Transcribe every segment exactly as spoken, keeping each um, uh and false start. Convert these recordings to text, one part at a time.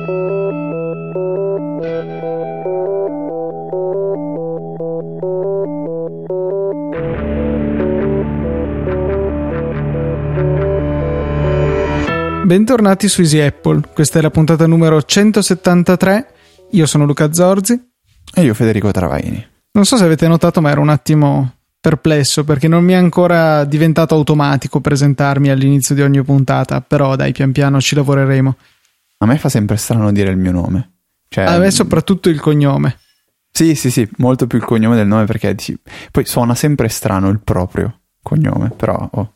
Bentornati su Easy Apple, questa è la puntata numero centosettantatré, io sono Luca Zorzi. E io Federico Travaini. Non so se avete notato, ma ero un attimo perplesso perché non mi è ancora diventato automatico presentarmi all'inizio di ogni puntata, però dai, pian piano ci lavoreremo. A me fa sempre strano dire il mio nome. Cioè, a me soprattutto il cognome. Sì, sì, sì, molto più il cognome del nome perché dici... poi suona sempre strano il proprio cognome, però... Oh.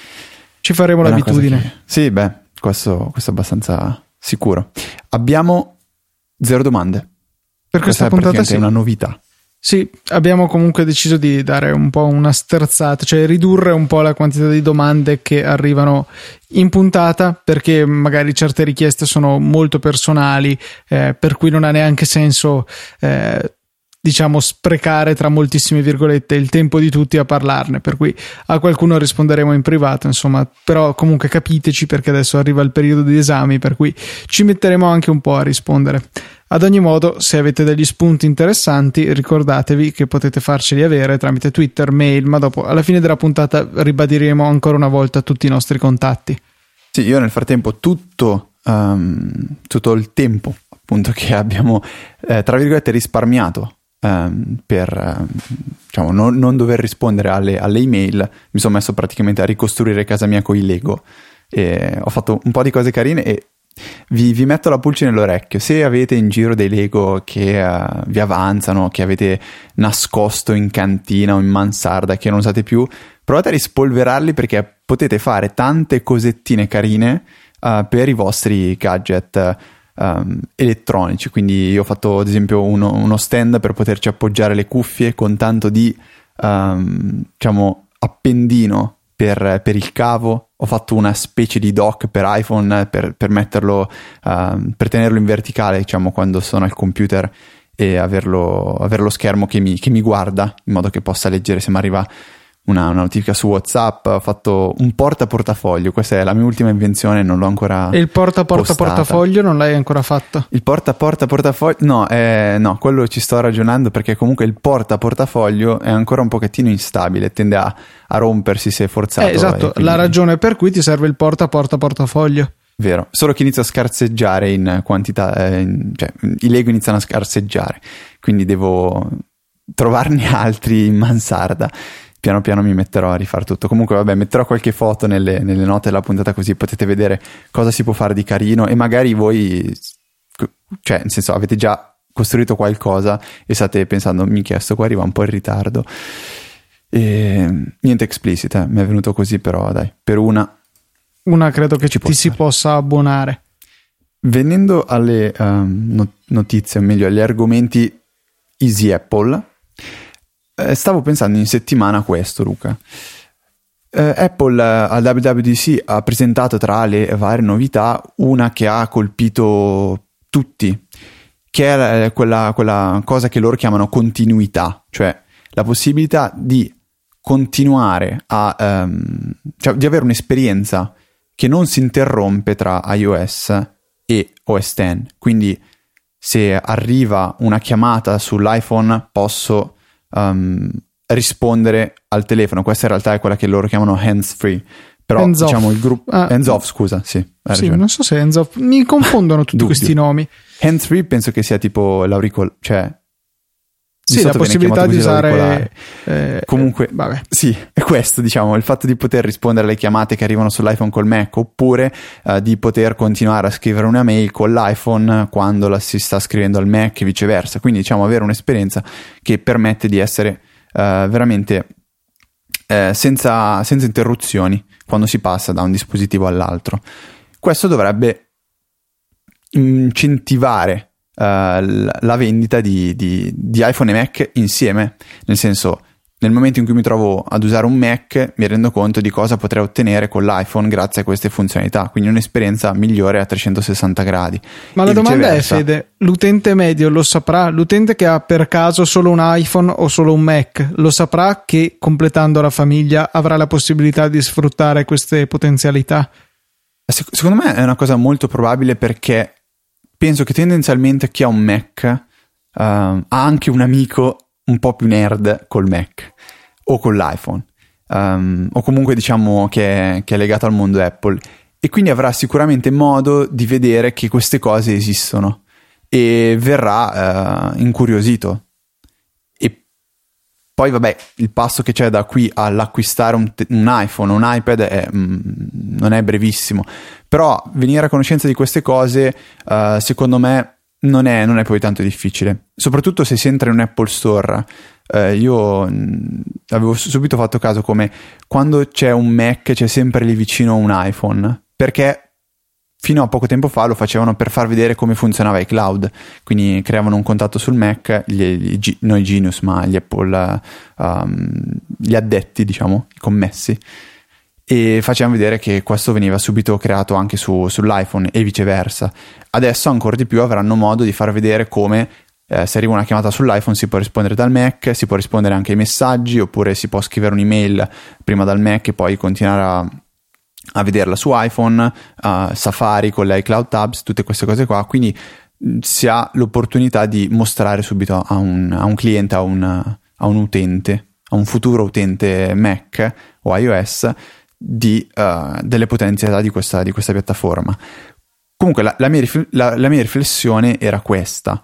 Ci faremo l'abitudine. Che... Sì, beh, questo, questo è abbastanza sicuro. Abbiamo zero domande. Per questa, questa puntata sì. È una novità. Sì, abbiamo comunque deciso di dare un po' una sterzata, cioè ridurre un po' la quantità di domande che arrivano in puntata, perché magari certe richieste sono molto personali, eh, per cui non ha neanche senso, eh, diciamo, sprecare tra moltissime virgolette il tempo di tutti a parlarne, per cui a qualcuno risponderemo in privato, insomma, però comunque capiteci perché adesso arriva il periodo di esami, per cui ci metteremo anche un po' a rispondere. Ad ogni modo, se avete degli spunti interessanti, ricordatevi che potete farceli avere tramite Twitter, mail, ma dopo, alla fine della puntata, ribadiremo ancora una volta tutti i nostri contatti. Sì, io nel frattempo tutto, um, tutto il tempo appunto che abbiamo, eh, tra virgolette, risparmiato um, per um, diciamo, non, non dover rispondere alle, alle email, mi sono messo praticamente a ricostruire casa mia con i Lego e ho fatto un po' di cose carine e Vi, vi metto la pulce nell'orecchio. Se avete in giro dei Lego che uh, vi avanzano, che avete nascosto in cantina o in mansarda, che non usate più, provate a rispolverarli perché potete fare tante cosettine carine uh, per i vostri gadget um, elettronici. Quindi io ho fatto ad esempio uno, uno stand per poterci appoggiare le cuffie con tanto di um, diciamo appendino per, per il cavo. Ho fatto una specie di dock per iPhone per, per metterlo, uh, per tenerlo in verticale, diciamo, quando sono al computer e averlo, avere lo schermo che mi, che mi guarda, in modo che possa leggere se mi arriva una, una notifica su WhatsApp. Ho fatto un portaportafoglio, questa è la mia ultima invenzione, non l'ho ancora E il porta porta portafoglio non l'hai ancora fatto? Il porta porta portafoglio no, eh, no, quello ci sto ragionando perché comunque il porta portafoglio è ancora un pochettino instabile, tende a, a rompersi se forzato. Eh, esatto, quindi... la ragione per cui ti serve il porta porta portafoglio. Vero, solo che inizia a scarseggiare in quantità, eh, in, cioè i Lego iniziano a scarseggiare, quindi devo trovarne altri in mansarda. Piano piano mi metterò a rifare tutto. Comunque vabbè, metterò qualche foto nelle, nelle note della puntata così potete vedere cosa si può fare di carino e magari voi, cioè nel senso, avete già costruito qualcosa e state pensando minchia, sto qua arriva un po' in ritardo. E niente explicit, eh. Mi è venuto così, però dai, per una una credo che ci ti si possa abbonare. Venendo alle um, notizie, o meglio agli argomenti Easy Apple, stavo pensando in settimana questo, Luca. Eh, Apple al W W D C ha presentato tra le varie novità una che ha colpito tutti, che è quella, quella cosa che loro chiamano continuità, cioè la possibilità di continuare a um, cioè di avere un'esperienza che non si interrompe tra iOS e O S X. Quindi se arriva una chiamata sull'iPhone posso Um, rispondere al telefono. Questa in realtà è quella che loro chiamano hands free, però hands diciamo off. il gruppo ah, hands off, scusa, sì, hai sì, ragione. non so se hands off, mi confondono tutti questi nomi. Hands free penso che sia tipo l'auricol, cioè sì, la possibilità di usare eh, comunque eh, vabbè. Sì, è questo, diciamo, il fatto di poter rispondere alle chiamate che arrivano sull'iPhone col Mac, oppure uh, di poter continuare a scrivere una mail con l'iPhone quando la si sta scrivendo al Mac e viceversa. Quindi diciamo avere un'esperienza che permette di essere uh, veramente uh, senza, senza interruzioni quando si passa da un dispositivo all'altro. Questo dovrebbe incentivare Uh, la vendita di, di, di iPhone e Mac insieme, nel senso, nel momento in cui mi trovo ad usare un Mac mi rendo conto di cosa potrei ottenere con l'iPhone grazie a queste funzionalità, quindi un'esperienza migliore a trecentosessanta gradi. Ma la domanda viceversa... è, Fede, l'utente medio lo saprà? L'utente che ha per caso solo un iPhone o solo un Mac lo saprà che completando la famiglia avrà la possibilità di sfruttare queste potenzialità? Secondo me è una cosa molto probabile, perché penso che tendenzialmente chi ha un Mac uh, ha anche un amico un po' più nerd col Mac o con l'iPhone, um, o comunque diciamo che è, che è legato al mondo Apple, e quindi avrà sicuramente modo di vedere che queste cose esistono e verrà uh, incuriosito. E poi vabbè, il passo che c'è da qui all'acquistare un, te- un iPhone o un iPad è, mm, non è brevissimo, però venire a conoscenza di queste cose uh, secondo me non è, non è poi tanto difficile, soprattutto se si entra in un Apple Store. Uh, io mh, avevo subito fatto caso come quando c'è un Mac c'è sempre lì vicino un iPhone, perché fino a poco tempo fa lo facevano per far vedere come funzionava iCloud, quindi creavano un contatto sul Mac, gli, gli, non i Genius ma gli Apple, um, gli addetti, diciamo, i commessi, e facevano vedere che questo veniva subito creato anche su, sull'iPhone e viceversa. Adesso ancora di più avranno modo di far vedere come eh, se arriva una chiamata sull'iPhone si può rispondere dal Mac, si può rispondere anche ai messaggi, oppure si può scrivere un'email prima dal Mac e poi continuare a a vederla su iPhone, uh, Safari con le iCloud Tabs, tutte queste cose qua. Quindi si ha l'opportunità di mostrare subito a un, a un cliente, a un, a un utente, a un futuro utente Mac o iOS di, uh, delle potenzialità di questa, di questa piattaforma. Comunque la, la, mia, la, la mia riflessione era questa: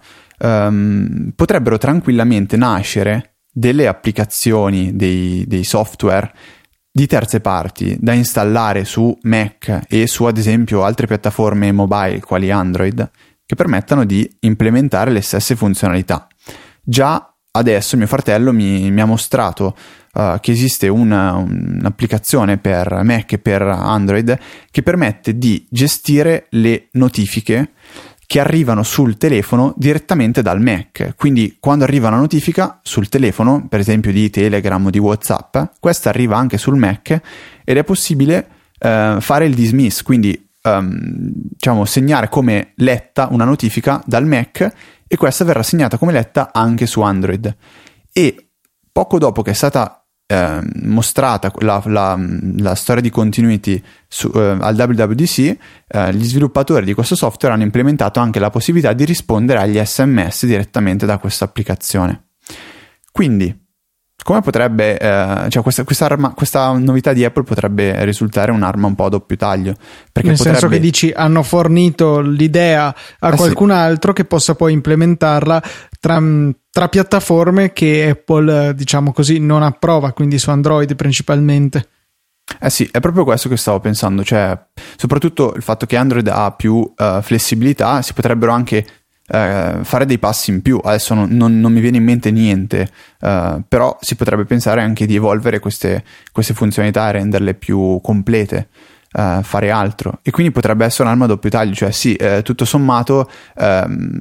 um, potrebbero tranquillamente nascere delle applicazioni, dei, dei software di terze parti da installare su Mac e su ad esempio altre piattaforme mobile quali Android, che permettano di implementare le stesse funzionalità. Già adesso mio fratello mi, mi ha mostrato uh, che esiste una, un'applicazione per Mac e per Android che permette di gestire le notifiche che arrivano sul telefono direttamente dal Mac. Quindi quando arriva una notifica sul telefono, per esempio di Telegram o di WhatsApp, questa arriva anche sul Mac ed è possibile uh, fare il dismiss, quindi um, diciamo segnare come letta una notifica dal Mac, e questa verrà segnata come letta anche su Android. E poco dopo che è stata eh, mostrata la, la, la storia di continuity su, eh, al W W D C, eh, gli sviluppatori di questo software hanno implementato anche la possibilità di rispondere agli S M S direttamente da questa applicazione. Quindi come potrebbe, eh, cioè questa, questa, arma, questa novità di Apple potrebbe risultare un'arma un po' a doppio taglio, perché nel potrebbe... senso che dici hanno fornito l'idea a eh qualcun sì. altro che possa poi implementarla tra, tra piattaforme che Apple, diciamo così, non approva, quindi su Android principalmente. Eh sì, è proprio questo che stavo pensando, cioè soprattutto il fatto che Android ha più uh, flessibilità, si potrebbero anche Uh, fare dei passi in più. Adesso non, non, non mi viene in mente niente, uh, però si potrebbe pensare anche di evolvere queste, queste funzionalità e renderle più complete, uh, fare altro, e quindi potrebbe essere un'arma a doppio taglio, cioè sì, uh, tutto sommato uh,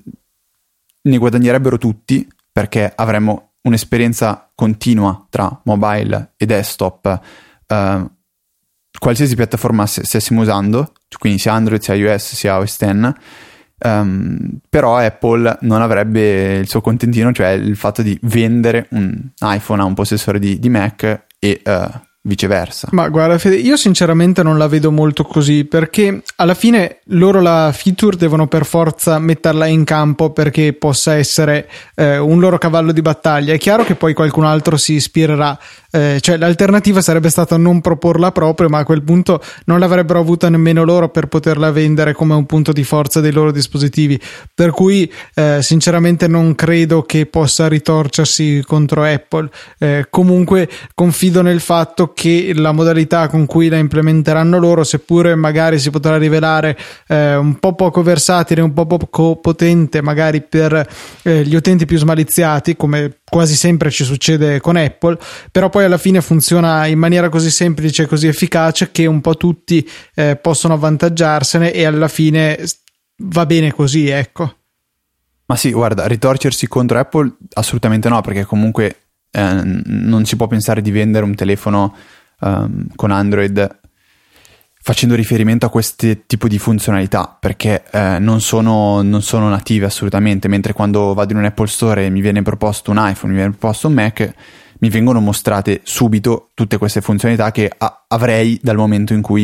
ne guadagnerebbero tutti, perché avremmo un'esperienza continua tra mobile e desktop, uh, qualsiasi piattaforma stessimo usando, quindi sia Android, sia iOS, sia O S X. Um, però Apple non avrebbe il suo contentino, cioè il fatto di vendere un iPhone a un possessore di, di Mac e uh, viceversa. Ma guarda Fede, io sinceramente non la vedo molto così, perché alla fine loro la feature devono per forza metterla in campo perché possa essere eh, un loro cavallo di battaglia. È chiaro che poi qualcun altro si ispirerà, eh, cioè l'alternativa sarebbe stata non proporla proprio, ma a quel punto non l'avrebbero avuta nemmeno loro per poterla vendere come un punto di forza dei loro dispositivi, per cui eh, sinceramente non credo che possa ritorcersi contro Apple. Eh, comunque confido nel fatto che la modalità con cui la implementeranno loro, seppure magari si potrà rivelare eh, un po' poco versatile, un po' poco potente magari per eh, gli utenti più smaliziati, come quasi sempre ci succede con Apple, però poi alla fine funziona in maniera così semplice e così efficace che un po' tutti eh, possono avvantaggiarsene, e alla fine va bene così, ecco. Ma sì, guarda, ritorcersi contro Apple assolutamente no, perché comunque Eh, non si può pensare di vendere un telefono um, con Android facendo riferimento a questo tipo di funzionalità, perché eh, non sono, non sono native assolutamente, mentre quando vado in un Apple Store e mi viene proposto un iPhone, mi viene proposto un Mac, mi vengono mostrate subito tutte queste funzionalità che a- avrei dal momento in cui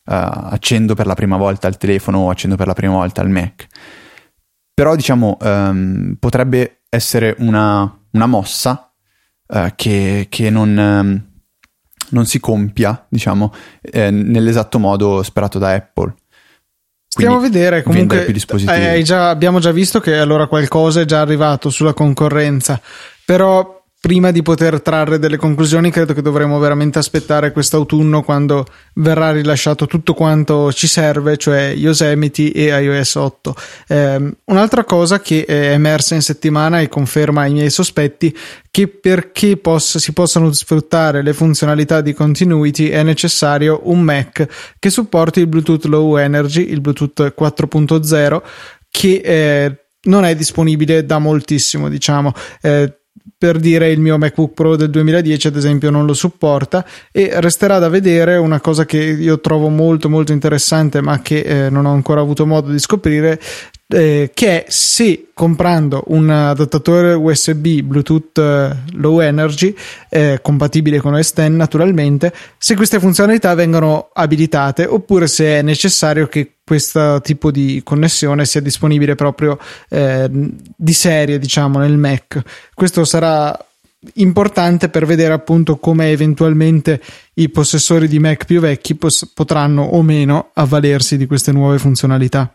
accendo per la prima volta il telefono o accendo per la prima volta il Mac. Però diciamo um, potrebbe essere una, una mossa uh, che, che non, um, non si compia, diciamo, eh, nell'esatto modo sperato da Apple. Stiamo a vedere, comunque più dispositivi. Eh, già, abbiamo già visto che allora qualcosa è già arrivato sulla concorrenza, però prima di poter trarre delle conclusioni credo che dovremo veramente aspettare quest'autunno, quando verrà rilasciato tutto quanto ci serve, cioè Yosemite e iOS otto. Eh, un'altra cosa che è emersa in settimana e conferma i miei sospetti, che perché possa, si possano sfruttare le funzionalità di continuity è necessario un Mac che supporti il Bluetooth Low Energy, il Bluetooth quattro punto zero, che eh, non è disponibile da moltissimo, diciamo. Eh, per dire, il mio MacBook Pro del duemiladieci ad esempio non lo supporta, e resterà da vedere. Una cosa che io trovo molto molto interessante ma che eh, non ho ancora avuto modo di scoprire, eh, che è se comprando un adattatore U S B Bluetooth eh, Low Energy eh, compatibile con O S X naturalmente, se queste funzionalità vengono abilitate oppure se è necessario che questo tipo di connessione sia disponibile proprio eh, di serie, diciamo, nel Mac. Questo sarà importante per vedere appunto come eventualmente i possessori di Mac più vecchi pos- potranno o meno avvalersi di queste nuove funzionalità.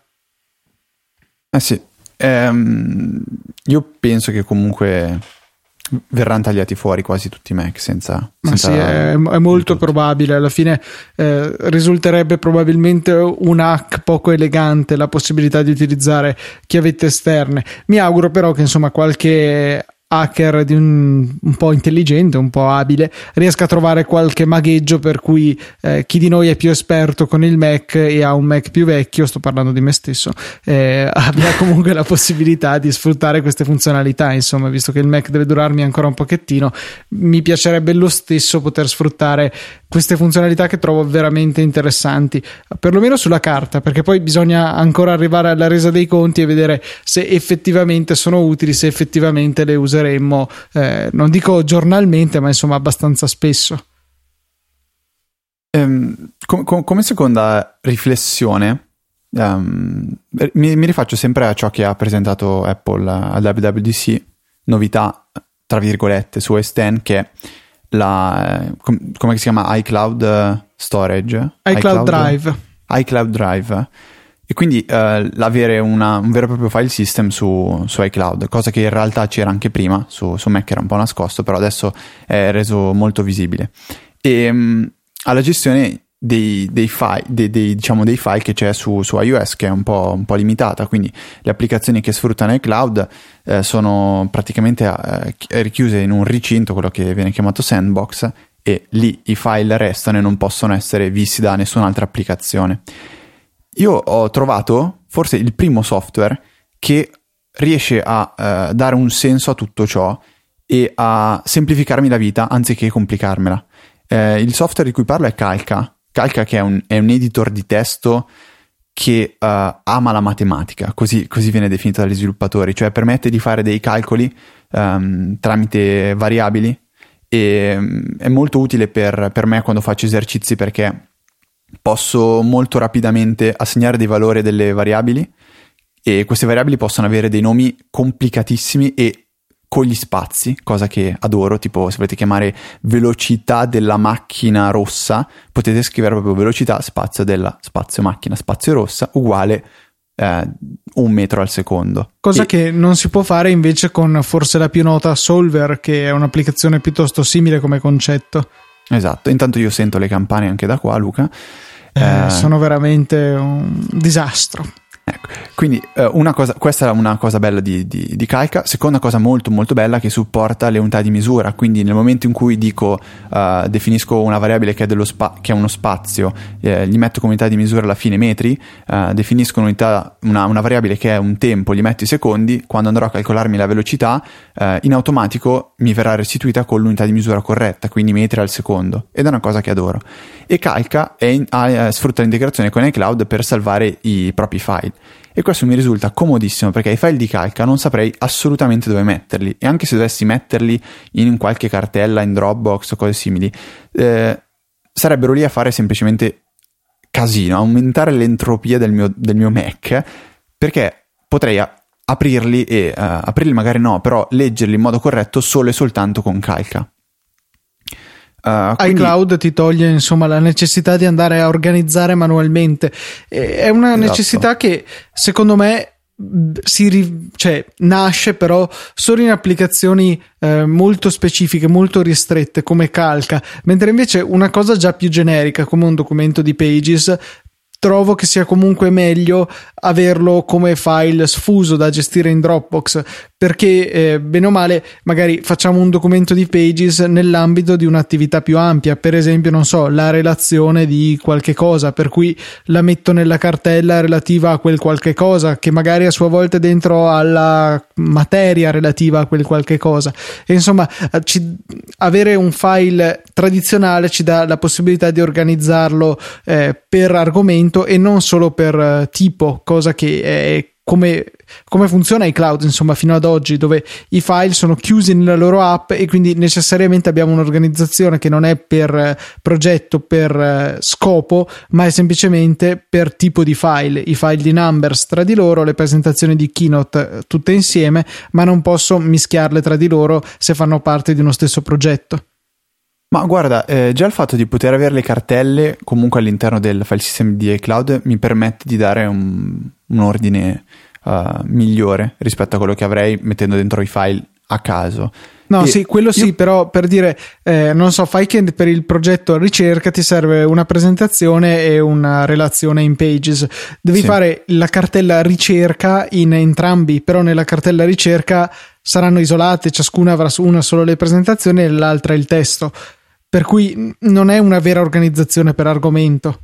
Eh sì, ehm, io penso che comunque verranno tagliati fuori quasi tutti i Mac senza, ma senza sì, è, è molto probabile. Alla fine eh, risulterebbe probabilmente un hack poco elegante la possibilità di utilizzare chiavette esterne. Mi auguro però che insomma qualche hacker di un, un po' intelligente, un po' abile, riesca a trovare qualche magheggio per cui eh, chi di noi è più esperto con il Mac e ha un Mac più vecchio, sto parlando di me stesso, eh, abbia comunque la possibilità di sfruttare queste funzionalità. Insomma, visto che il Mac deve durarmi ancora un pochettino, mi piacerebbe lo stesso poter sfruttare queste funzionalità che trovo veramente interessanti, perlomeno sulla carta, perché poi bisogna ancora arrivare alla resa dei conti e vedere se effettivamente sono utili, se effettivamente le useremmo, eh, non dico giornalmente, ma insomma abbastanza spesso. Um, com- com- come seconda riflessione, um, mi-, mi rifaccio sempre a ciò che ha presentato Apple al W W D C, novità tra virgolette su O S X, che è la com- come si chiama iCloud Storage, iCloud, iCloud Drive iCloud Drive, e quindi uh, l'avere una, un vero e proprio file system su, su iCloud, cosa che in realtà c'era anche prima su, su Mac, era un po' nascosto, però adesso è reso molto visibile, e um, alla gestione dei, dei file dei, dei, diciamo dei file che c'è su, su iOS, che è un po', un po' limitata. Quindi le applicazioni che sfruttano iCloud eh, sono praticamente eh, richiuse in un recinto, quello che viene chiamato sandbox, e lì i file restano e non possono essere visti da nessun'altra applicazione. Io ho trovato forse il primo software che riesce a eh, dare un senso a tutto ciò e a semplificarmi la vita anziché complicarmela. Eh, il software di cui parlo è Calca. Calca, che è un, è un editor di testo che uh, ama la matematica, così, così viene definito dagli sviluppatori, cioè permette di fare dei calcoli um, tramite variabili, e um, è molto utile per, per me quando faccio esercizi, perché posso molto rapidamente assegnare dei valori a delle variabili, e queste variabili possono avere dei nomi complicatissimi e con gli spazi, cosa che adoro. Tipo, se volete chiamare velocità della macchina rossa, potete scrivere proprio velocità spazio della spazio macchina spazio rossa uguale eh, un metro al secondo. Cosa e... che non si può fare invece con forse la più nota Solver, che è un'applicazione piuttosto simile come concetto. Esatto, intanto io sento le campane anche da qua, Luca. Eh, eh... Sono veramente un disastro. Ecco, quindi eh, una cosa, questa è una cosa bella di, di, di Calca. Seconda cosa molto molto bella, che supporta le unità di misura. Quindi nel momento in cui dico uh, definisco una variabile che è, dello spa- che è uno spazio, eh, gli metto come unità di misura alla fine metri, uh, definisco un'unità, una, una variabile che è un tempo, gli metto i secondi, quando andrò a calcolarmi la velocità uh, in automatico mi verrà restituita con l'unità di misura corretta, quindi metri al secondo, ed è una cosa che adoro. E Calca è in, ha, sfrutta l'integrazione con iCloud per salvare i propri file. E questo mi risulta comodissimo, perché i file di Calca non saprei assolutamente dove metterli, e anche se dovessi metterli in qualche cartella, in Dropbox o cose simili, eh, sarebbero lì a fare semplicemente casino, aumentare l'entropia del mio, del mio Mac, perché potrei a- aprirli e uh, aprirli magari no, però leggerli in modo corretto solo e soltanto con Calca. Uh, quindi... iCloud ti toglie insomma la necessità di andare a organizzare manualmente. È una esatto. necessità che secondo me si ri- cioè, nasce però solo in applicazioni eh, molto specifiche, molto ristrette come Calca, mentre invece una cosa già più generica come un documento di Pages trovo che sia comunque meglio averlo come file sfuso da gestire in Dropbox, perché eh, bene o male magari facciamo un documento di Pages nell'ambito di un'attività più ampia, per esempio non so, la relazione di qualche cosa, per cui la metto nella cartella relativa a quel qualche cosa che magari a sua volta è dentro alla materia relativa a quel qualche cosa, e insomma ci, avere un file tradizionale ci dà la possibilità di organizzarlo eh, per argomento e non solo per uh, tipo, cosa che è come, come funziona iCloud insomma fino ad oggi, dove i file sono chiusi nella loro app e quindi necessariamente abbiamo un'organizzazione che non è per uh, progetto, per uh, scopo, ma è semplicemente per tipo di file. I file di Numbers tra di loro, le presentazioni di Keynote uh, tutte insieme, ma non posso mischiarle tra di loro se fanno parte di uno stesso progetto. Ma guarda, eh, già il fatto di poter avere le cartelle comunque all'interno del file system di iCloud mi permette di dare un, un ordine uh, migliore rispetto a quello che avrei mettendo dentro i file a caso. No, e sì, quello io... sì, però per dire, eh, non so, fai che per il progetto ricerca ti serve una presentazione e una relazione in Pages. Devi sì. fare la cartella ricerca in entrambi, però nella cartella ricerca saranno isolate, ciascuna avrà una solo le presentazioni e l'altra il testo. Per cui non è una vera organizzazione per argomento.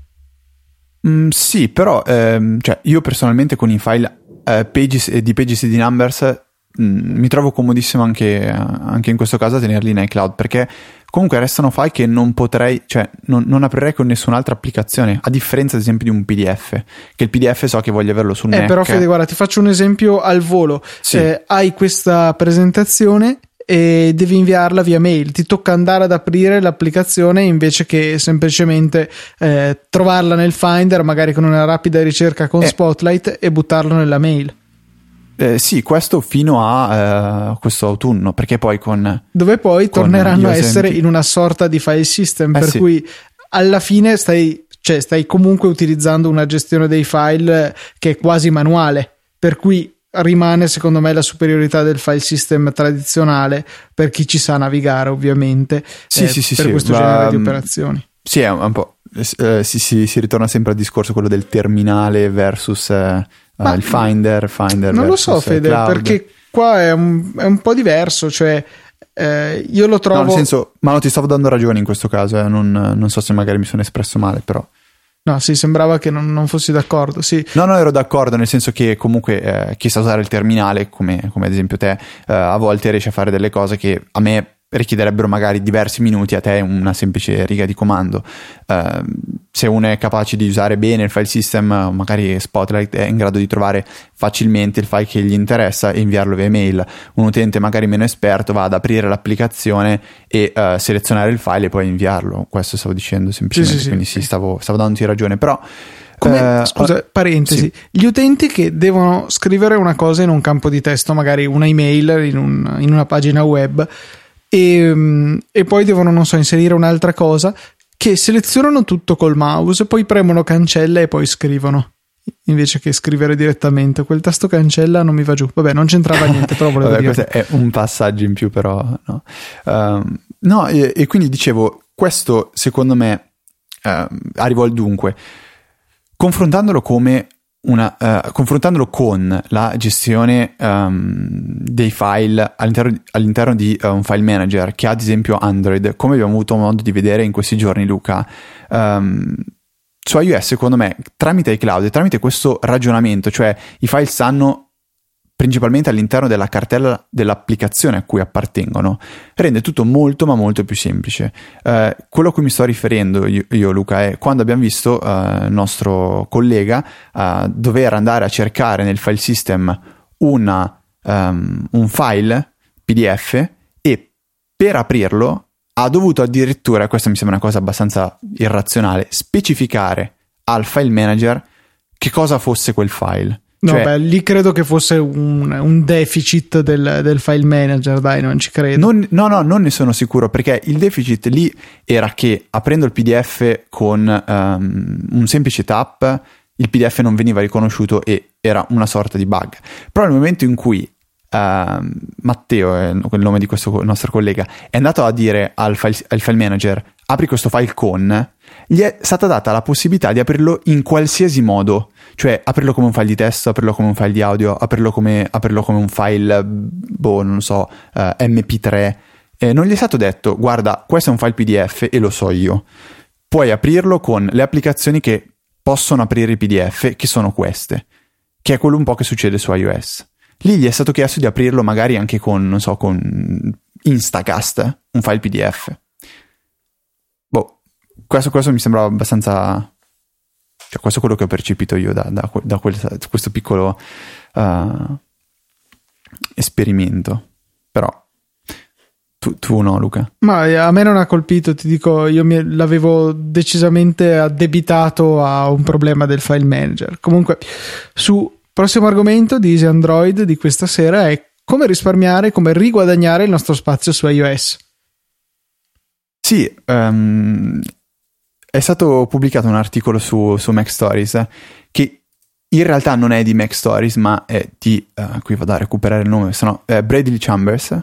Mm, sì, però ehm, cioè io personalmente con i file eh, Pages e di Pages e di Numbers mh, mi trovo comodissimo anche, anche in questo caso a tenerli in iCloud, perché comunque restano file che non potrei, cioè non, non aprirei con nessun'altra applicazione, a differenza ad esempio di un P D F, che il P D F so che voglio averlo sul eh, Mac. Però Fede, guarda, ti faccio un esempio al volo. Sì. Eh, hai questa presentazione e devi inviarla via mail, ti tocca andare ad aprire l'applicazione invece che semplicemente eh, trovarla nel Finder magari con una rapida ricerca con eh. Spotlight e buttarlo nella mail. Eh, sì, questo fino a uh, questo autunno, perché poi con dove poi con torneranno a essere in una sorta di file system, eh per sì. cui alla fine stai, cioè, stai comunque utilizzando una gestione dei file che è quasi manuale, per cui rimane secondo me la superiorità del file system tradizionale per chi ci sa navigare, ovviamente, sì, eh, sì, sì, per sì, questo ma, genere di operazioni. Sì, è un po' eh, si, si, si ritorna sempre al discorso quello del terminale versus eh, uh, il Finder, Finder non versus lo so, Fede, Cloud. perché qua è un, è un po' diverso, cioè eh, io lo trovo... No, nel senso, ma non ti stavo dando ragione in questo caso, eh, non, non so se magari mi sono espresso male, però... No, sì, sembrava che non, non fossi d'accordo, sì. No, no, ero d'accordo, nel senso che comunque eh, chi sa usare il terminale, come, come ad esempio te, eh, a volte riesce a fare delle cose che a me richiederebbero magari diversi minuti, a te una semplice riga di comando. Uh, se uno è capace di usare bene il file system, magari Spotlight è in grado di trovare facilmente il file che gli interessa e inviarlo via email. Un utente magari meno esperto va ad aprire l'applicazione e uh, selezionare il file e poi inviarlo. Questo stavo dicendo semplicemente, sì, sì, quindi sì, sì, stavo, stavo dandoti ragione, però come, uh, scusa, parentesi, sì. Gli utenti che devono scrivere una cosa in un campo di testo, magari una email in, un, in una pagina web, E, e poi devono, non so, inserire un'altra cosa, che selezionano tutto col mouse, poi premono cancella e poi scrivono, invece che scrivere direttamente. Quel tasto cancella non mi va giù, vabbè, non c'entrava niente, però volevo vabbè, dire. Questo è un passaggio in più, però no, um, no e, e quindi dicevo, questo secondo me uh, arrivo al dunque, confrontandolo come Una, uh, confrontandolo con la gestione um, dei file all'interno, all'interno di uh, un file manager che ha ad esempio Android, come abbiamo avuto modo di vedere in questi giorni, Luca, um, su iOS secondo me tramite iCloud e tramite questo ragionamento, cioè i file stanno principalmente all'interno della cartella dell'applicazione a cui appartengono, rende tutto molto ma molto più semplice. Eh, quello a cui mi sto riferendo io, io Luca, è quando abbiamo visto il eh, nostro collega eh, dover andare a cercare nel file system una, um, un file P D F e per aprirlo ha dovuto addirittura, questa mi sembra una cosa abbastanza irrazionale, specificare al file manager che cosa fosse quel file. No, cioè, beh, lì credo che fosse un, un deficit del, del file manager, dai, non ci credo. Non, no, no, non ne sono sicuro, perché il deficit lì era che aprendo il P D F con um, un semplice tap, il P D F non veniva riconosciuto e era una sorta di bug. Però nel momento in cui uh, Matteo, è il nome di questo nostro collega, è andato a dire al file, al file manager apri questo file con, gli è stata data la possibilità di aprirlo in qualsiasi modo, cioè aprirlo come un file di testo, aprirlo come un file di audio, aprirlo come, aprirlo come un file, boh, non so, uh, M P tre. Eh, non gli è stato detto, guarda, questo è un file P D F e lo so io. Puoi aprirlo con le applicazioni che possono aprire i P D F, che sono queste, che è quello un po' che succede su iOS. Lì gli è stato chiesto di aprirlo magari anche con, non so, con Instacast, un file P D F. Boh, questo, questo mi sembrava abbastanza... Cioè, questo è quello che ho percepito io da, da, da quel, questo piccolo uh, esperimento. Però tu, tu no, Luca? Ma a me non ha colpito, ti dico, io mi, l'avevo decisamente addebitato a un problema del file manager. Comunque, su prossimo argomento di Easy Android di questa sera è come risparmiare, come riguadagnare il nostro spazio su iOS. Sì, um, è stato pubblicato un articolo su, su Mac Stories che in realtà non è di Mac Stories, ma è di, uh, qui vado a recuperare il nome, sono uh, Bradley Chambers,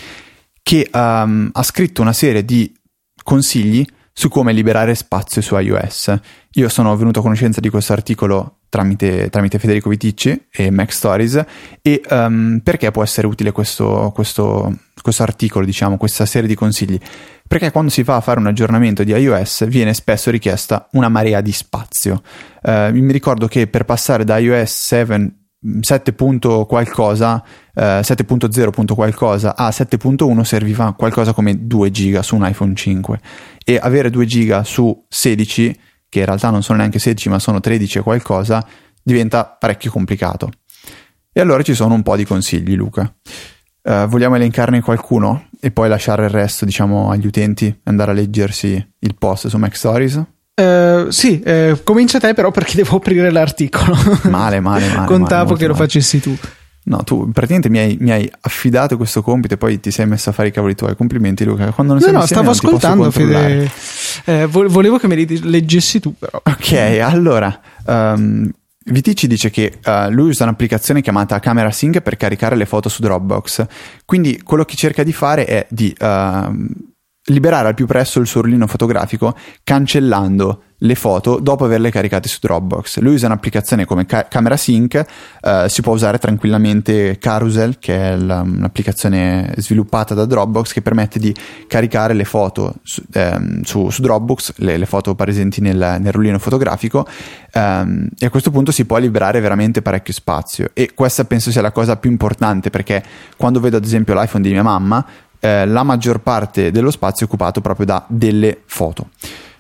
che um, ha scritto una serie di consigli su come liberare spazio su iOS. Io sono venuto a conoscenza di questo articolo tramite, tramite Federico Viticci e Mac Stories, e um, perché può essere utile questo, questo, questo articolo, diciamo, questa serie di consigli? Perché quando si va a fare un aggiornamento di iOS viene spesso richiesta una marea di spazio. Uh, mi ricordo che per passare da iOS sette sette punto qualcosa, eh, sette punto zero punto qualcosa a sette punto uno serviva qualcosa come due giga su un iPhone cinque, e avere due giga su sedici, che in realtà non sono neanche sedici ma sono tredici e qualcosa, diventa parecchio complicato. E allora ci sono un po' di consigli, Luca. Uh, vogliamo elencarne qualcuno e poi lasciare il resto, diciamo, agli utenti, andare a leggersi il post su Mac Stories? Uh, sì, eh, comincia te però, perché devo aprire l'articolo. Male, male, male. Contavo male, che lo male. facessi tu. No, tu praticamente mi hai, mi hai affidato questo compito e poi ti sei messo a fare i cavoli tuoi. Complimenti, Luca. Quando non no, siamo no, insieme stavo non ascoltando, Fede. Eh, volevo che me li leggessi tu, però. Ok, allora, um, Viticci dice che uh, lui usa un'applicazione chiamata Camera Sync per caricare le foto su Dropbox. Quindi quello che cerca di fare è di uh, liberare al più presto il suo rullino fotografico cancellando le foto dopo averle caricate su Dropbox. Lui usa un'applicazione come Ca- Camera Sync, uh, si può usare tranquillamente Carousel, che è la, un'applicazione sviluppata da Dropbox che permette di caricare le foto su, ehm, su, su Dropbox, le, le foto presenti nel, nel rullino fotografico, um, e a questo punto si può liberare veramente parecchio spazio. E questa penso sia la cosa più importante, perché quando vedo ad esempio l'iPhone di mia mamma, eh, la maggior parte dello spazio è occupato proprio da delle foto.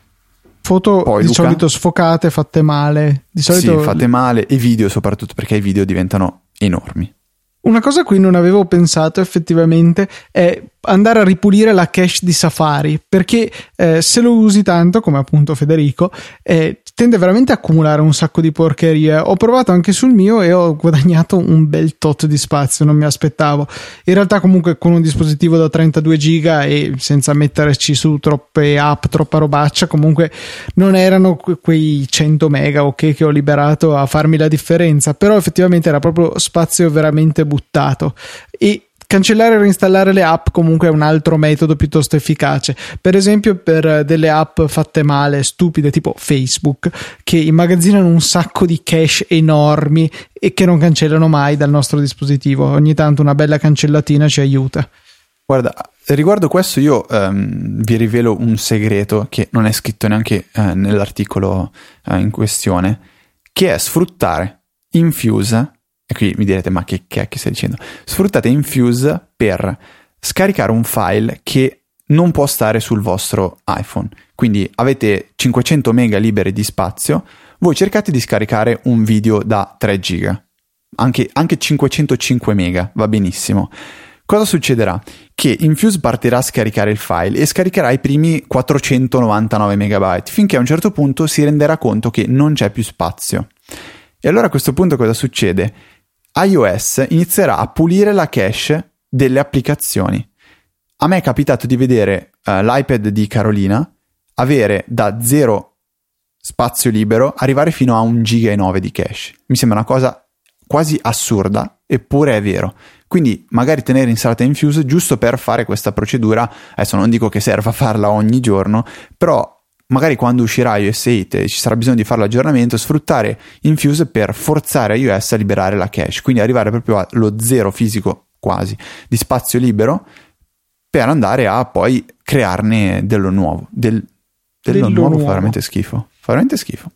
Foto Poi, di Luca? solito sfocate, fatte male. Di solito... Sì, fatte male, e video soprattutto, perché i video diventano enormi. Una cosa a cui non avevo pensato effettivamente è andare a ripulire la cache di Safari, perché eh, se lo usi tanto, come appunto Federico, eh, tende veramente a accumulare un sacco di porcherie. Ho provato anche sul mio e ho guadagnato un bel tot di spazio, non mi aspettavo. In realtà comunque con un dispositivo da trentadue giga e senza metterci su troppe app, troppa robaccia, comunque non erano que- quei cento mega ok che ho liberato a farmi la differenza, però effettivamente era proprio spazio veramente buttato. E cancellare e reinstallare le app comunque è un altro metodo piuttosto efficace. Per esempio per delle app fatte male, stupide, tipo Facebook, che immagazzinano un sacco di cache enormi e che non cancellano mai dal nostro dispositivo. Ogni tanto una bella cancellatina ci aiuta. Guarda, riguardo questo io um, vi rivelo un segreto che non è scritto neanche uh, nell'articolo uh, in questione, che è sfruttare Infuse. E qui mi direte, ma che cacchio stai dicendo? Sfruttate Infuse per scaricare un file che non può stare sul vostro iPhone. Quindi avete cinquecento mega liberi di spazio, voi cercate di scaricare un video da tre giga, anche, anche cinquecentocinque mega, va benissimo. cosa succederà? Che Infuse partirà a scaricare il file e scaricherà i primi quattrocentonovantanove megabyte, finché a un certo punto si renderà conto che non c'è più spazio. E allora a questo punto cosa succede? iOS inizierà a pulire la cache delle applicazioni. A me è capitato di vedere uh, l'iPad di Carolina avere da zero spazio libero arrivare fino a un giga e nove di cache. Mi sembra una cosa quasi assurda, eppure è vero. Quindi magari tenere installata Infuse giusto per fare questa procedura. Adesso non dico che serva farla ogni giorno, però magari quando uscirà iOS otto e ci sarà bisogno di fare l'aggiornamento, sfruttare Infuse per forzare iOS a liberare la cache, quindi arrivare proprio allo zero fisico quasi di spazio libero per andare a poi crearne dello nuovo. Del, dello, dello nuovo, nuovo fa veramente schifo. Fa veramente schifo.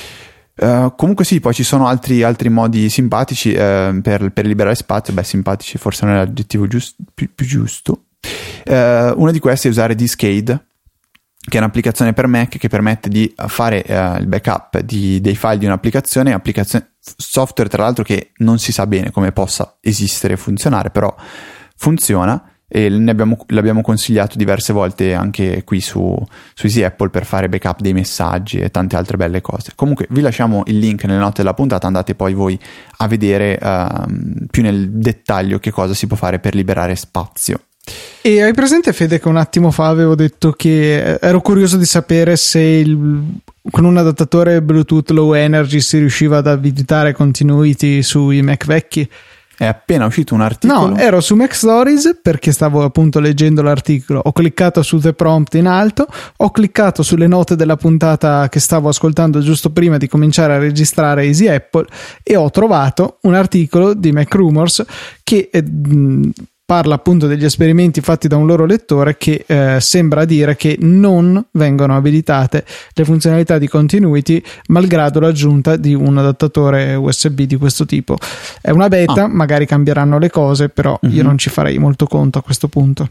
Uh, comunque sì, poi ci sono altri, altri modi simpatici uh, per, per liberare spazio. Beh, simpatici forse non è l'aggettivo giusto, più, più giusto. Uh, uno di questi è usare Discade, che è un'applicazione per Mac che permette di fare uh, il backup di, dei file di un'applicazione, applicazione, software tra l'altro che non si sa bene come possa esistere e funzionare, però funziona. E ne abbiamo, l'abbiamo consigliato diverse volte anche qui su, su Easy Apple per fare backup dei messaggi e tante altre belle cose. Comunque vi lasciamo il link nelle note della puntata, andate poi voi a vedere uh, più nel dettaglio che cosa si può fare per liberare spazio. E hai presente, Fede, che un attimo fa avevo detto che ero curioso di sapere se il, con un adattatore Bluetooth Low Energy si riusciva ad abilitare continuity sui Mac vecchi? È appena uscito un articolo. No, ero su Mac Stories perché stavo appunto leggendo l'articolo. Ho cliccato su The Prompt in alto, ho cliccato sulle note della puntata che stavo ascoltando giusto prima di cominciare a registrare Easy Apple e ho trovato un articolo di Mac Rumors che eh, parla appunto degli esperimenti fatti da un loro lettore che eh, sembra dire che non vengono abilitate le funzionalità di continuity malgrado l'aggiunta di un adattatore U S B di questo tipo. È una beta, ah. magari cambieranno le cose, però mm-hmm. io non ci farei molto conto a questo punto.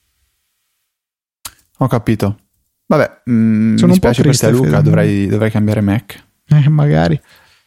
Ho capito. Vabbè, mm, mi spiace per te, Luca, dovrei, dovrei cambiare Mac. Eh, magari.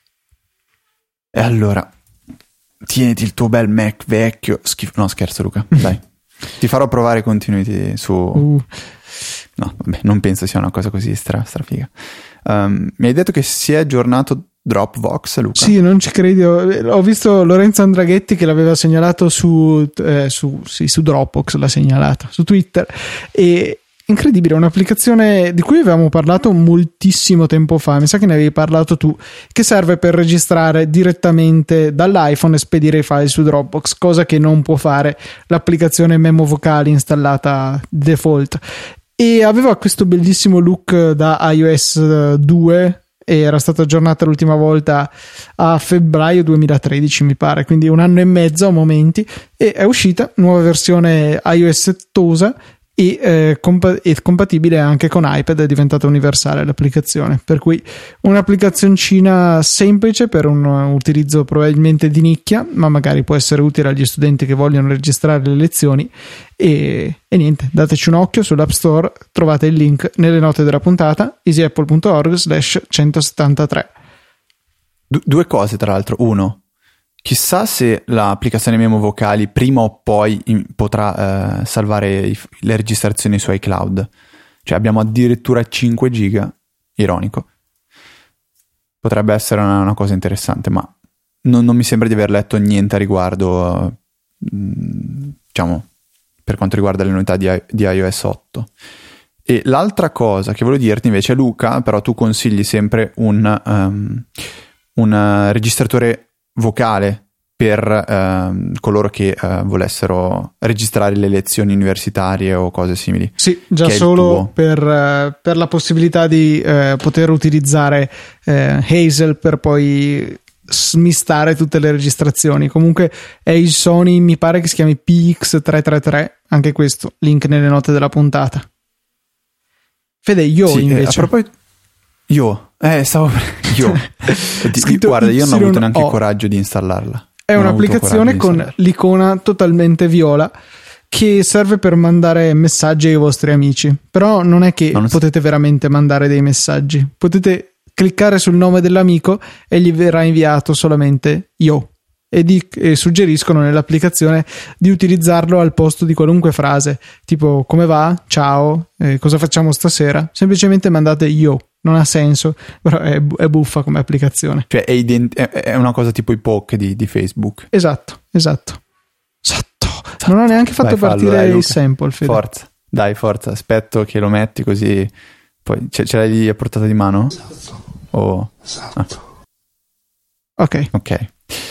E allora... tieniti il tuo bel Mac vecchio, schifo. No, scherzo, Luca, dai. Ti farò provare continuity su... Uh. No, vabbè, non penso sia una cosa così stra, strafiga. Um, mi hai detto che si è aggiornato Dropbox, Luca? Sì, non ci credo. Ho visto Lorenzo Andraghetti che l'aveva segnalato su, eh, su, sì, su Dropbox, l'ha segnalato, su Twitter. E... incredibile, un'applicazione di cui avevamo parlato moltissimo tempo fa, mi sa che ne avevi parlato tu, che serve per registrare direttamente dall'iPhone e spedire i file su Dropbox, cosa che non può fare l'applicazione Memo Vocali installata default, e aveva questo bellissimo look da iOS due e era stata aggiornata l'ultima volta a febbraio duemilatredici mi pare, quindi un anno e mezzo a momenti, e è uscita nuova versione iOS ottosa e eh, comp- è compatibile anche con iPad, è diventata universale l'applicazione, per cui un'applicazioncina semplice per un utilizzo probabilmente di nicchia, ma magari può essere utile agli studenti che vogliono registrare le lezioni. E, e niente, dateci un occhio sull'App Store, trovate il link nelle note della puntata, easyapple punto org slash centosettantatré. Du- due cose tra l'altro. Uno, chissà se l'applicazione Memo Vocali prima o poi in, potrà eh, salvare i, le registrazioni su iCloud. Cioè abbiamo addirittura cinque giga, ironico. Potrebbe essere una, una cosa interessante, ma non, non mi sembra di aver letto niente a riguardo, eh, diciamo, per quanto riguarda le novità di, di iOS otto. E l'altra cosa che volevo dirti invece, Luca, però tu consigli sempre un, um, un registratore vocale per uh, coloro che uh, volessero registrare le lezioni universitarie o cose simili. Sì, già solo per, uh, per la possibilità di uh, poter utilizzare uh, Hazel per poi smistare tutte le registrazioni. Comunque è il Sony, mi pare che si chiami P X trecentotrentatré, anche questo, link nelle note della puntata. Fede, io sì, invece... Eh, a proposito... Io... Eh, stavo... Io... Guarda, io non ho avuto neanche il coraggio di installarla. È non un'applicazione con l'icona totalmente viola che serve per mandare messaggi ai vostri amici. Però non è che non potete s- veramente mandare dei messaggi. Potete cliccare sul nome dell'amico e gli verrà inviato solamente io. e, di, e suggeriscono nell'applicazione di utilizzarlo al posto di qualunque frase, tipo come va, ciao, eh, cosa facciamo stasera, semplicemente mandate io. Non ha senso, però è, è buffa come applicazione. Cioè è, ident- è una cosa tipo i poke di, di Facebook. Esatto, esatto. Esatto. esatto. Non ho neanche fatto Vai, partire fallo, dai, il sample, Fede. Forza, dai, forza, aspetto che lo metti così. Poi ce, ce l'hai lì a portata di mano? Esatto. Oh. Esatto. Ah. Ok. Ok.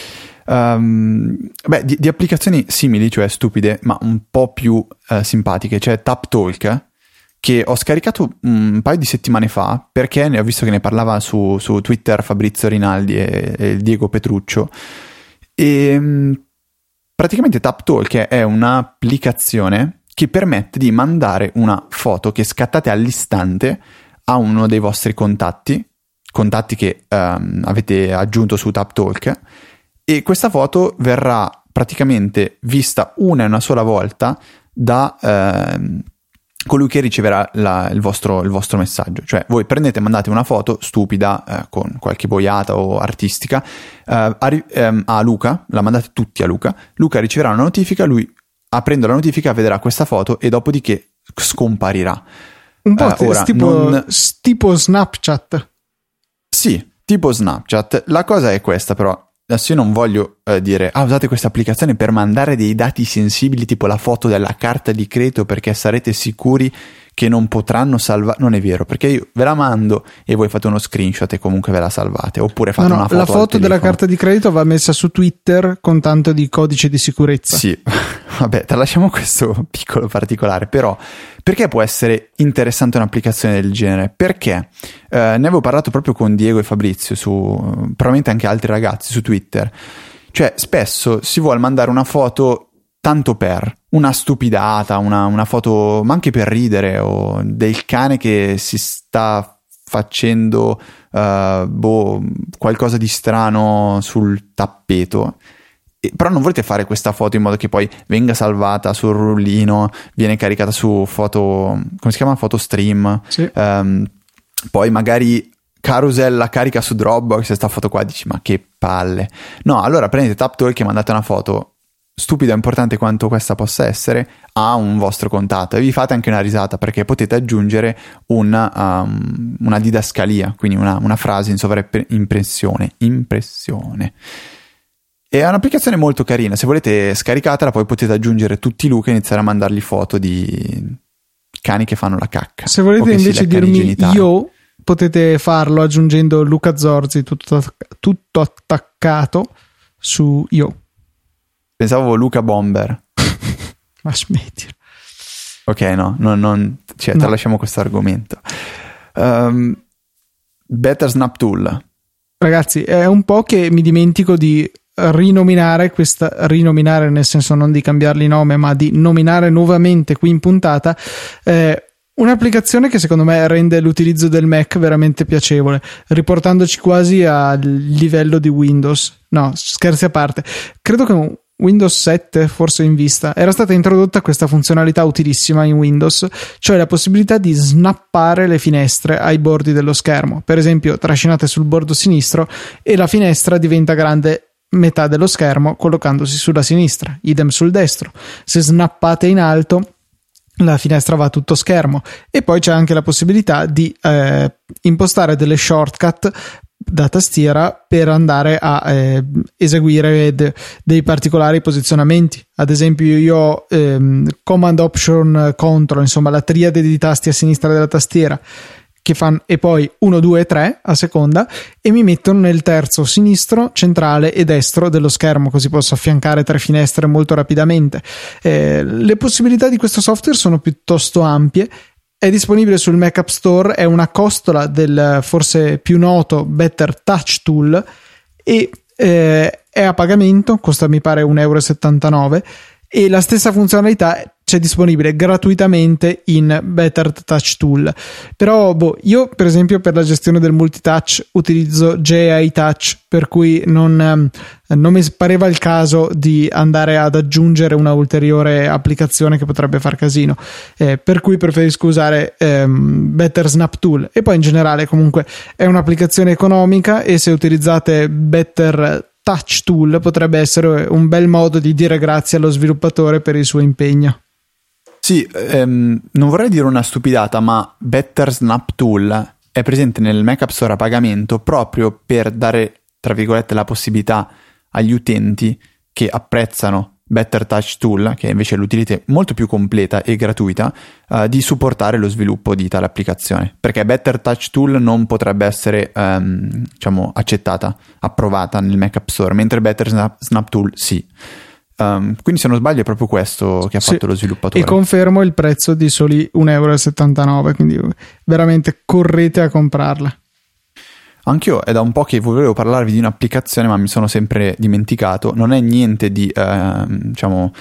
Um, beh, di, di applicazioni simili, cioè stupide, ma un po' più uh, simpatiche, c'è TapTalk, che ho scaricato un paio di settimane fa perché ne ho visto che ne parlava su, su Twitter Fabrizio Rinaldi e, e Diego Petruccio, e praticamente TapTalk è un'applicazione che permette di mandare una foto che scattate all'istante a uno dei vostri contatti contatti che um, avete aggiunto su TapTalk, e questa foto verrà praticamente vista una e una sola volta da uh, colui che riceverà la, il, vostro, il vostro messaggio. Cioè voi prendete e mandate una foto stupida eh, con qualche boiata o artistica eh, a, ehm, a Luca, la mandate tutti a Luca, Luca riceverà una notifica, lui aprendo la notifica vedrà questa foto e dopodiché scomparirà. Un po' eh, ora, tipo, non... tipo Snapchat. Sì, tipo Snapchat. La cosa è questa però. Adesso io non voglio eh, dire ah, usate questa applicazione per mandare dei dati sensibili tipo la foto della carta di credito perché sarete sicuri che non potranno salvare. Non è vero, perché io ve la mando e voi fate uno screenshot e comunque ve la salvate, oppure fate no, no, una foto. La foto della carta di credito va messa su Twitter con tanto di codice di sicurezza. Sì, vabbè, tralasciamo questo piccolo particolare, però perché può essere interessante un'applicazione del genere? Perché eh, ne avevo parlato proprio con Diego e Fabrizio, su probabilmente anche altri ragazzi su Twitter. Cioè spesso si vuole mandare una foto tanto per una stupidata, una, una foto ma anche per ridere, o del cane che si sta facendo uh, boh, qualcosa di strano sul tappeto. E, però non volete fare questa foto in modo che poi venga salvata sul rullino, viene caricata su foto, come si chiama? Foto stream. Sì. Um, poi magari Carousel la carica su Dropbox e sta foto qua dici ma che palle. No, allora prendete TapTalk e mandate una foto stupida, importante quanto questa possa essere, a un vostro contatto, e vi fate anche una risata perché potete aggiungere una, um, una didascalia, quindi una, una frase in sovraimpressione impressione. È un'applicazione molto carina, se volete scaricatela, poi potete aggiungere tutti i Luca e iniziare a mandargli foto di cani che fanno la cacca. Se volete invece dirmi io, potete farlo aggiungendo Luca Zorzi tutto, tutto attaccato su io. Pensavo Luca Bomber. Ma smetti. Ok, no, non, non cioè, no. tralasciamo questo argomento. Um, Better Snap Tool. Ragazzi, è un po' che mi dimentico di rinominare questa, rinominare nel senso non di cambiargli nome, ma di nominare nuovamente qui in puntata eh, un'applicazione che secondo me rende l'utilizzo del Mac veramente piacevole, riportandoci quasi al livello di Windows. No, scherzi a parte. Credo che Windows sette, forse in vista, era stata introdotta questa funzionalità utilissima in Windows, cioè la possibilità di snappare le finestre ai bordi dello schermo. Per esempio, trascinate sul bordo sinistro e la finestra diventa grande metà dello schermo collocandosi sulla sinistra, idem sul destro. Se snappate in alto, la finestra va a tutto schermo. E poi c'è anche la possibilità di eh, impostare delle shortcut da tastiera per andare a eh, eseguire de- dei particolari posizionamenti. Ad esempio io ho ehm, Command Option Control, insomma la triade di tasti a sinistra della tastiera che fanno, e poi uno, due, tre a seconda, e mi mettono nel terzo sinistro, centrale e destro dello schermo, così posso affiancare tre finestre molto rapidamente. Eh, le possibilità di questo software sono piuttosto ampie. È disponibile sul Mac App Store, è una costola del forse più noto Better Touch Tool e eh, è a pagamento, costa mi pare un euro e settantanove, e la stessa funzionalità c'è disponibile gratuitamente in Better Touch Tool. Però boh, io per esempio per la gestione del multitouch utilizzo J I Touch, per cui non, non mi pareva il caso di andare ad aggiungere una ulteriore applicazione che potrebbe far casino, eh, per cui preferisco usare ehm, Better Snap Tool. E poi in generale comunque è un'applicazione economica, e se utilizzate Better Touch Tool potrebbe essere un bel modo di dire grazie allo sviluppatore per il suo impegno. Sì, ehm, non vorrei dire una stupidata, ma Better Snap Tool è presente nel Mac App Store a pagamento proprio per dare, tra virgolette, la possibilità agli utenti che apprezzano Better Touch Tool, che invece è l'utilità molto più completa e gratuita, uh, di supportare lo sviluppo di tale applicazione, perché Better Touch Tool non potrebbe essere um, diciamo accettata, approvata nel Mac App Store, mentre Better Snap, Snap Tool sì. Um, quindi se non sbaglio è proprio questo che ha sì, fatto lo sviluppatore. E confermo il prezzo di soli un euro e settantanove, quindi veramente correte a comprarla. Anch'io è da un po' che volevo parlarvi di un'applicazione, ma mi sono sempre dimenticato. Non è niente di eh, diciamo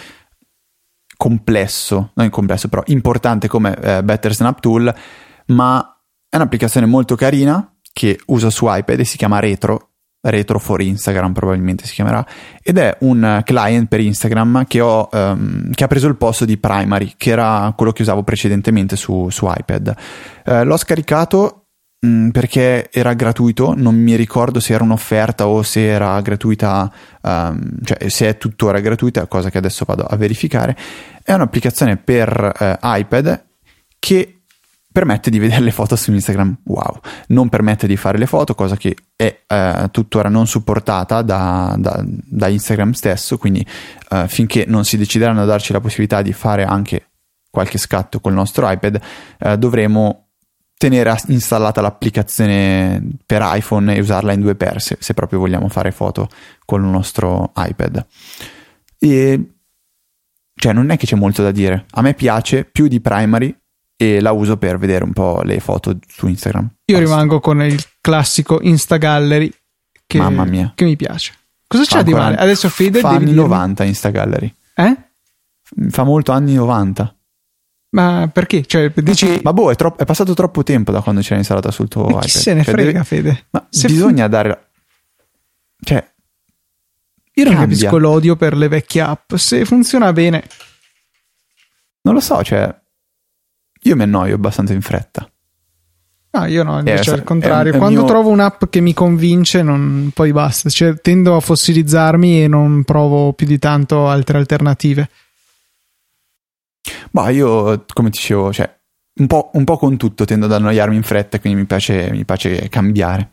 complesso, non complesso, però importante come eh, Better Snap Tool, ma è un'applicazione molto carina che uso su iPad e si chiama Retro, Retro for Instagram probabilmente si chiamerà, ed è un client per Instagram che ho ehm, che ha preso il posto di Primary, che era quello che usavo precedentemente su, su iPad. Eh, l'ho scaricato perché era gratuito, non mi ricordo se era un'offerta o se era gratuita, um, cioè se è tuttora gratuita, cosa che adesso vado a verificare. È un'applicazione per eh, iPad che permette di vedere le foto su Instagram. Wow, non permette di fare le foto, cosa che è eh, tuttora non supportata da, da, da Instagram stesso, quindi eh, finché non si decideranno a darci la possibilità di fare anche qualche scatto col nostro iPad, eh, dovremo tenere installata l'applicazione per iPhone e usarla in due per se, se proprio vogliamo fare foto con il nostro iPad. E cioè non è che c'è molto da dire, a me piace più di Primary e la uso per vedere un po' le foto su Instagram. Io Basta. rimango con il classico Insta Gallery che, Mamma mia, che mi piace. Cosa fa c'è di male? Adesso Fede fa anni novanta Insta Gallery. Eh? Fa molto anni novanta. Ma perché? Cioè, dici... Ma boh, è, troppo, è passato troppo tempo da quando c'era installata sul tuo iPad. Chi se ne cioè, frega, deve... Fede? Ma se bisogna f... dare... Cioè... Io non capisco l'odio per le vecchie app. Se funziona bene... Non lo so, cioè... Io mi annoio abbastanza in fretta. No, io no, invece è, al contrario. È, è Quando mio... trovo un'app che mi convince, non... poi basta. Cioè, tendo a fossilizzarmi e non provo più di tanto altre alternative. Ma io, come dicevo, cioè un po', un po' con tutto tendo ad annoiarmi in fretta, quindi mi piace, mi piace cambiare.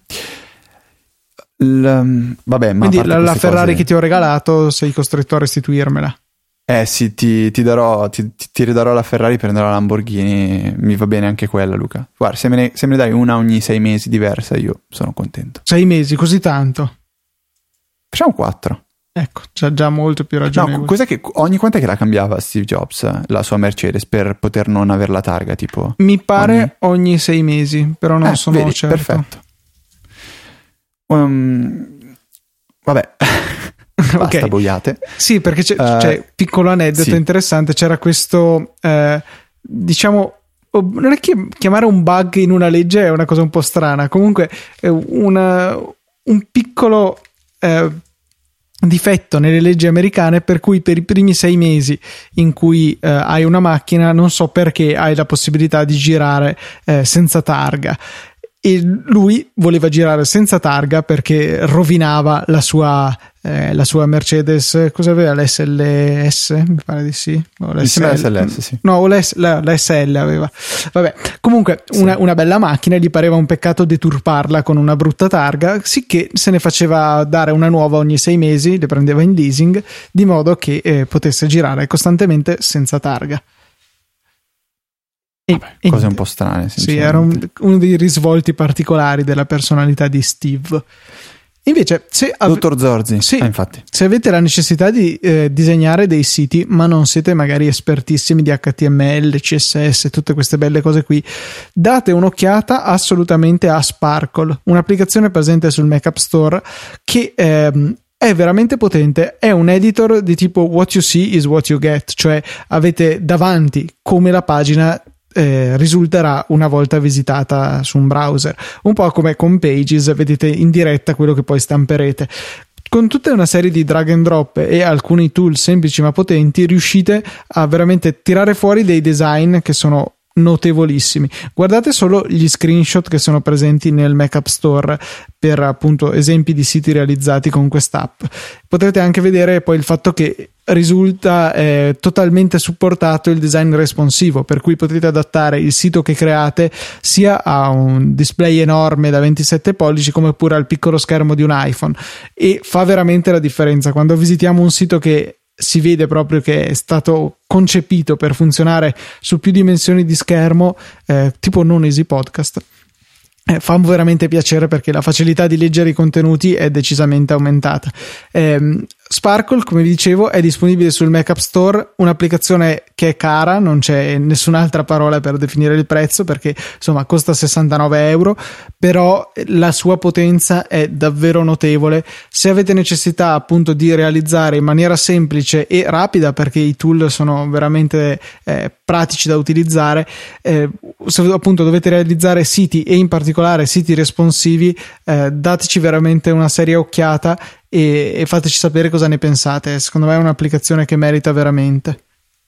L, vabbè, ma quindi la, la Ferrari cose... che ti ho regalato sei costretto a restituirmela. Eh sì, ti, ti darò ti, ti ridarò la Ferrari, prenderò la Lamborghini, mi va bene anche quella, Luca. Guarda, se me ne, se me ne dai una ogni sei mesi diversa, io sono contento. Sei mesi, così tanto? Facciamo quattro. Ecco, c'ha già molto più ragionevole. No, cos'è che ogni quant'è che la cambiava Steve Jobs, la sua Mercedes, per poter non avere la targa, tipo? Mi pare ogni, ogni sei mesi, però non eh, sono vedi, certo. Perfetto. Um, vabbè, basta okay. boiate. Sì, perché c'è, uh, c'è piccolo aneddoto sì. interessante, c'era questo, eh, diciamo, non è che chiamare un bug in una legge è una cosa un po' strana, comunque è una, un piccolo... Eh, difetto nelle leggi americane per cui per i primi sei mesi in cui eh, hai una macchina non so perché hai la possibilità di girare eh, senza targa, e lui voleva girare senza targa perché rovinava la sua eh, la sua Mercedes. Cosa aveva? L'S L S? Mi pare di sì. O l'S L S, sì. No, la, la S L aveva. Vabbè, comunque sì. una, una bella macchina, gli pareva un peccato deturparla con una brutta targa, sicché se ne faceva dare una nuova ogni sei mesi, le prendeva in leasing, di modo che eh, potesse girare costantemente senza targa. E, Vabbè, e cose un po' strane. Sì, era un, uno dei risvolti particolari della personalità di Steve. Invece, se ave- Dottor Zorzi, sì, ah, infatti. se avete la necessità di eh, disegnare dei siti, ma non siete magari espertissimi di H T M L, C S S, tutte queste belle cose qui, date un'occhiata assolutamente a Sparkle, un'applicazione presente sul Mac App Store che ehm, è veramente potente. È un editor di tipo what you see is what you get, cioè avete davanti come la pagina Eh, risulterà una volta visitata su un browser, un po' come con Pages, vedete in diretta quello che poi stamperete. Con tutta una serie di drag and drop e alcuni tool semplici ma potenti riuscite a veramente tirare fuori dei design che sono notevolissimi. Guardate solo gli screenshot che sono presenti nel Mac App Store per appunto esempi di siti realizzati con quest'app. Potrete anche vedere poi il fatto che risulta eh, totalmente supportato il design responsivo, per cui potete adattare il sito che create sia a un display enorme da ventisette pollici come pure al piccolo schermo di un iPhone, e fa veramente la differenza. Quando visitiamo un sito che si vede proprio che è stato concepito per funzionare su più dimensioni di schermo, eh, tipo Non Easy Podcast, eh, fa veramente piacere perché la facilità di leggere i contenuti è decisamente aumentata. Eh, Sparkle, come vi dicevo, è disponibile sul Mac App Store, un'applicazione che è cara, non c'è nessun'altra parola per definire il prezzo perché insomma costa sessantanove euro, però la sua potenza è davvero notevole. Se avete necessità appunto di realizzare in maniera semplice e rapida, perché i tool sono veramente eh, pratici da utilizzare, eh, se appunto dovete realizzare siti e in particolare siti responsivi, eh, dateci veramente una seria occhiata e, e fateci sapere cosa ne pensate. Secondo me è un'applicazione che merita veramente.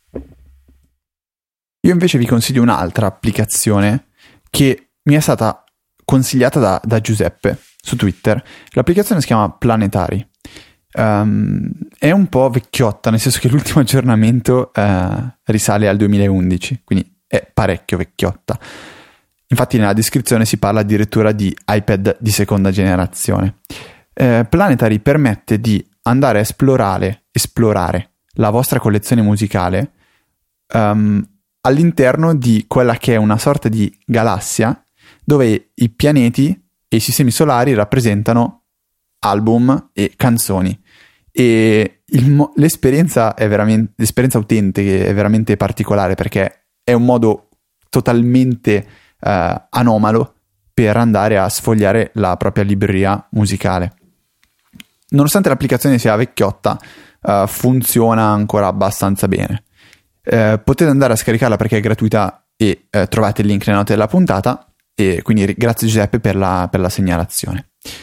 Io invece vi consiglio un'altra applicazione che mi è stata consigliata da, da Giuseppe su Twitter. L'applicazione si chiama Planetary. Um, è un po' vecchiotta, nel senso che l'ultimo aggiornamento uh, risale al duemilaundici, quindi è parecchio vecchiotta. Infatti nella descrizione si parla addirittura di iPad di seconda generazione. Uh, Planetary permette di andare a esplorare, esplorare la vostra collezione musicale um, all'interno di quella che è una sorta di galassia dove i pianeti e i sistemi solari rappresentano album e canzoni, e il, l'esperienza è veramente l'esperienza utente che è veramente particolare perché è un modo totalmente uh, anomalo per andare a sfogliare la propria libreria musicale. Nonostante l'applicazione sia vecchiotta, uh, funziona ancora abbastanza bene. Uh, potete andare a scaricarla perché è gratuita e uh, trovate il link nelle note della puntata, e quindi grazie Giuseppe per la, per la segnalazione.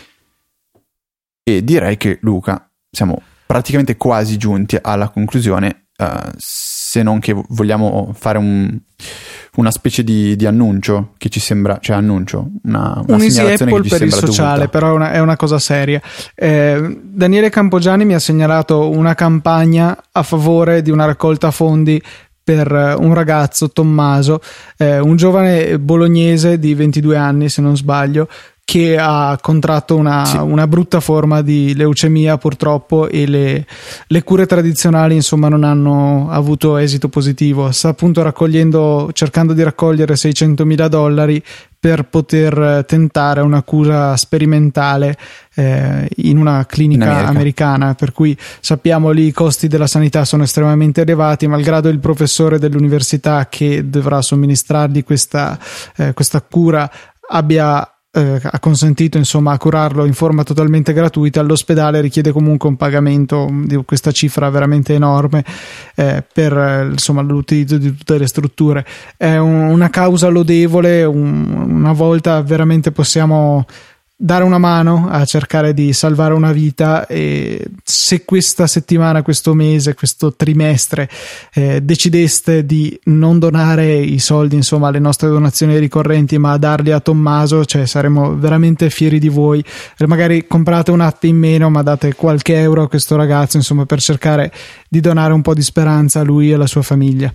E direi che, Luca, siamo praticamente quasi giunti alla conclusione, uh, se non che vogliamo fare un, una specie di, di annuncio che ci sembra, cioè annuncio, una, una un segnalazione che ci per il sembra sociale, dovuta. però è una, è una cosa seria. Eh, Daniele Campogiani mi ha segnalato una campagna a favore di una raccolta fondi per un ragazzo, Tommaso, eh, un giovane bolognese di ventidue anni, se non sbaglio, che ha contratto una, sì. una brutta forma di leucemia purtroppo, e le, le cure tradizionali insomma non hanno avuto esito positivo. Sta appunto raccogliendo, cercando di raccogliere seicentomila dollari per poter tentare una cura sperimentale eh, in una clinica in America. americana, per cui sappiamo lì i costi della sanità sono estremamente elevati, malgrado il professore dell'università che dovrà somministrargli questa, eh, questa cura abbia Eh, ha consentito insomma a curarlo in forma totalmente gratuita. L'ospedale richiede comunque un pagamento di questa cifra veramente enorme eh, per eh, insomma l'utilizzo di tutte le strutture. È un, una causa lodevole, un, una volta veramente possiamo dare una mano a cercare di salvare una vita, e se questa settimana, questo mese, questo trimestre eh, decideste di non donare i soldi insomma alle nostre donazioni ricorrenti, ma darli a Tommaso, cioè saremo veramente fieri di voi. Magari comprate un'app in meno, ma date qualche euro a questo ragazzo insomma per cercare di donare un po' di speranza a lui e alla sua famiglia.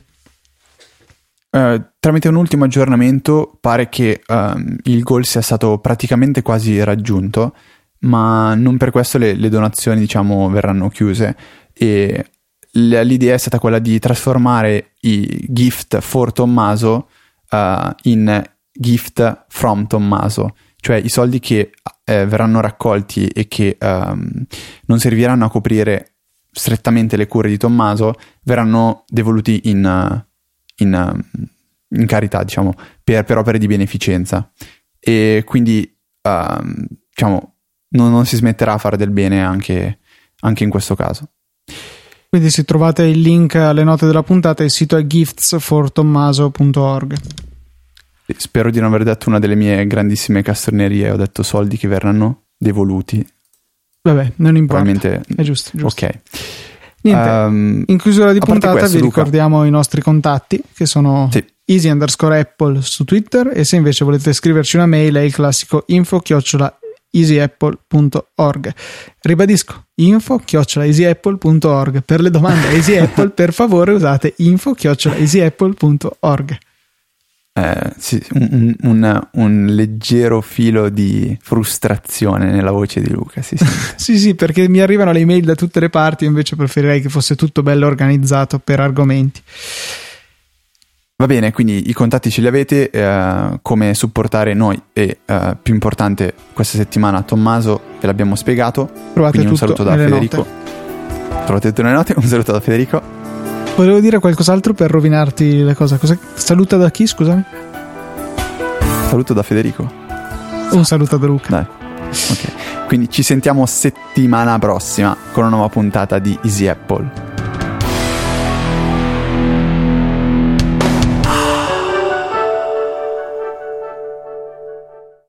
Uh, tramite un ultimo aggiornamento pare che um, il goal sia stato praticamente quasi raggiunto, ma non per questo le, le donazioni diciamo verranno chiuse, e l- l'idea è stata quella di trasformare i gift for Tommaso uh, in gift from Tommaso, cioè i soldi che eh, verranno raccolti e che um, non serviranno a coprire strettamente le cure di Tommaso verranno devoluti in uh, In, in carità, diciamo, per, per opere di beneficenza, e quindi um, diciamo non, non si smetterà a fare del bene anche, anche in questo caso. Quindi se trovate il link alle note della puntata, il sito è gifts for tommaso punto org. Spero di non aver detto una delle mie grandissime castronerie, ho detto soldi che verranno devoluti. Vabbè, non importa, probabilmente è giusto, giusto. Ok. Niente, um, in chiusura di puntata questo, vi Luca. ricordiamo i nostri contatti, che sono sì. easy underscore apple su Twitter, e se invece volete scriverci una mail è il classico info chiocciola easyapple punto org. Ribadisco, info chiocciola easyapple punto org. Per le domande a Easy Apple per favore usate info chiocciola easyapple punto org. Eh, sì, un, un, un leggero filo di frustrazione nella voce di Luca. Sì, sì. sì, sì, perché mi arrivano le email da tutte le parti, invece preferirei che fosse tutto bello organizzato per argomenti. Va bene, quindi i contatti ce li avete, eh, come supportare noi e eh, più importante questa settimana Tommaso ve l'abbiamo spiegato. Trovate quindi un tutto saluto da Federico. Note. Trovate tutto nelle note, un saluto da Federico. Volevo dire qualcos'altro per rovinarti le cose. Cosa... Saluta da chi, scusami? Saluto da Federico. Un saluto da Luca. Dai. Ok. Quindi ci sentiamo settimana prossima con una nuova puntata di Easy Apple.